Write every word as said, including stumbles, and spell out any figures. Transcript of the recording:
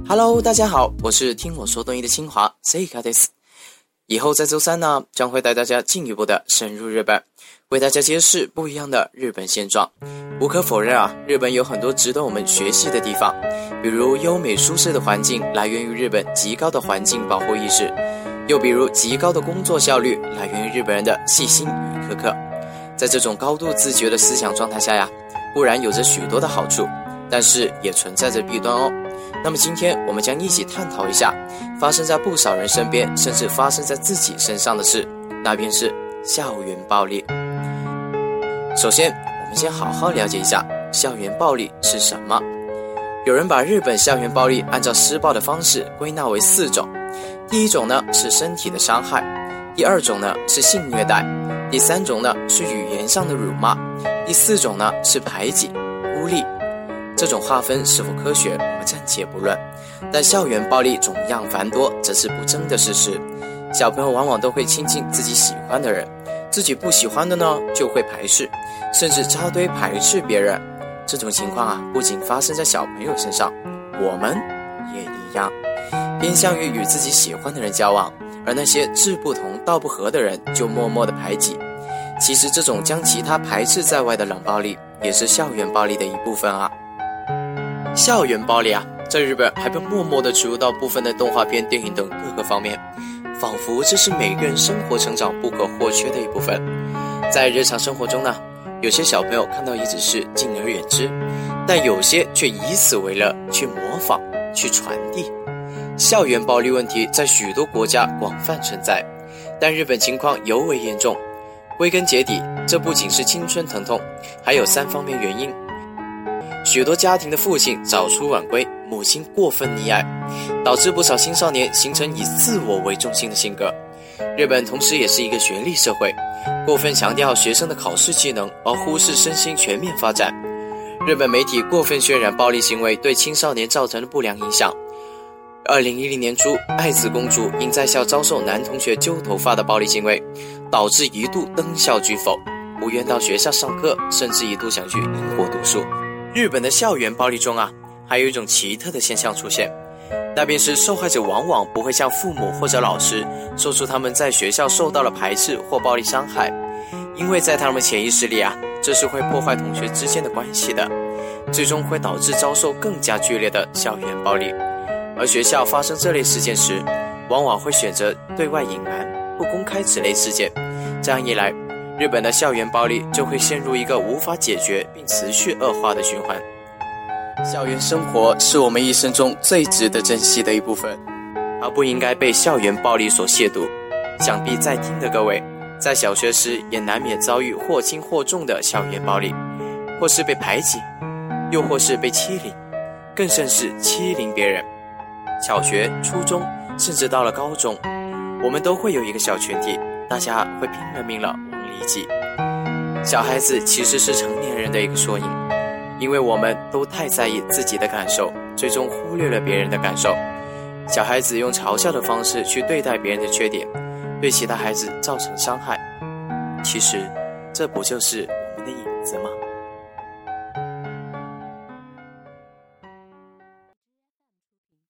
Hello， 大家好，我是听我说东一的清华 Seika です。以后在周三呢，将会带大家进一步的深入日本，为大家揭示不一样的日本现状。无可否认啊，日本有很多值得我们学习的地方，比如优美舒适的环境来源于日本极高的环境保护意识，又比如极高的工作效率来源于日本人的细心与苛刻。在这种高度自觉的思想状态下呀，固然有着许多的好处，但是也存在着弊端哦。那么今天我们将一起探讨一下发生在不少人身边，甚至发生在自己身上的事，那便是校园暴力。首先，我们先好好了解一下校园暴力是什么。有人把日本校园暴力按照施暴的方式归纳为四种。第一种呢是身体的伤害，第二种呢是性虐待，第三种呢是语言上的辱骂，第四种呢是排挤、孤立。这种划分是否科学，我们暂且不论，但校园暴力种样繁多，这是不争的事实。小朋友往往都会亲近自己喜欢的人，自己不喜欢的呢就会排斥，甚至扎堆排斥别人。这种情况啊，不仅发生在小朋友身上，我们也一样，偏向于与自己喜欢的人交往，而那些志不同道不合的人就默默的排挤。其实这种将其他排斥在外的冷暴力，也是校园暴力的一部分啊。校园暴力啊，在日本还被默默地植入到部分的动画片、电影等各个方面，仿佛这是每个人生活成长不可或缺的一部分。在日常生活中呢，有些小朋友看到也只是敬而远之，但有些却以此为乐，去模仿、去传递。校园暴力问题在许多国家广泛存在，但日本情况尤为严重。归根结底，这不仅是青春疼痛，还有三方面原因。许多家庭的父亲早出晚归，母亲过分溺爱，导致不少青少年形成以自我为中心的性格。日本同时也是一个学历社会，过分强调学生的考试技能，而忽视身心全面发展。日本媒体过分渲染暴力行为对青少年造成的不良影响。二零一零年初，爱子公主因在校遭受男同学揪头发的暴力行为，导致一度登校拒否，不愿到学校上课，甚至一度想去英国读书。日本的校园暴力中啊，还有一种奇特的现象出现，那便是受害者往往不会向父母或者老师说出他们在学校受到了排斥或暴力伤害，因为在他们潜意识里啊，这是会破坏同学之间的关系的，最终会导致遭受更加剧烈的校园暴力。而学校发生这类事件时，往往会选择对外隐瞒，不公开此类事件，这样一来，日本的校园暴力就会陷入一个无法解决并持续恶化的循环。校园生活是我们一生中最值得珍惜的一部分，而不应该被校园暴力所亵渎。想必在听的各位，在小学时也难免遭遇或轻或重的校园暴力，或是被排挤，又或是被欺凌，更甚是欺凌别人。小学、初中，甚至到了高中，我们都会有一个小群体，大家会拼了命了往里挤。小孩子其实是成年人的一个缩影，因为我们都太在意自己的感受，最终忽略了别人的感受。小孩子用嘲笑的方式去对待别人的缺点，对其他孩子造成伤害。其实，这不就是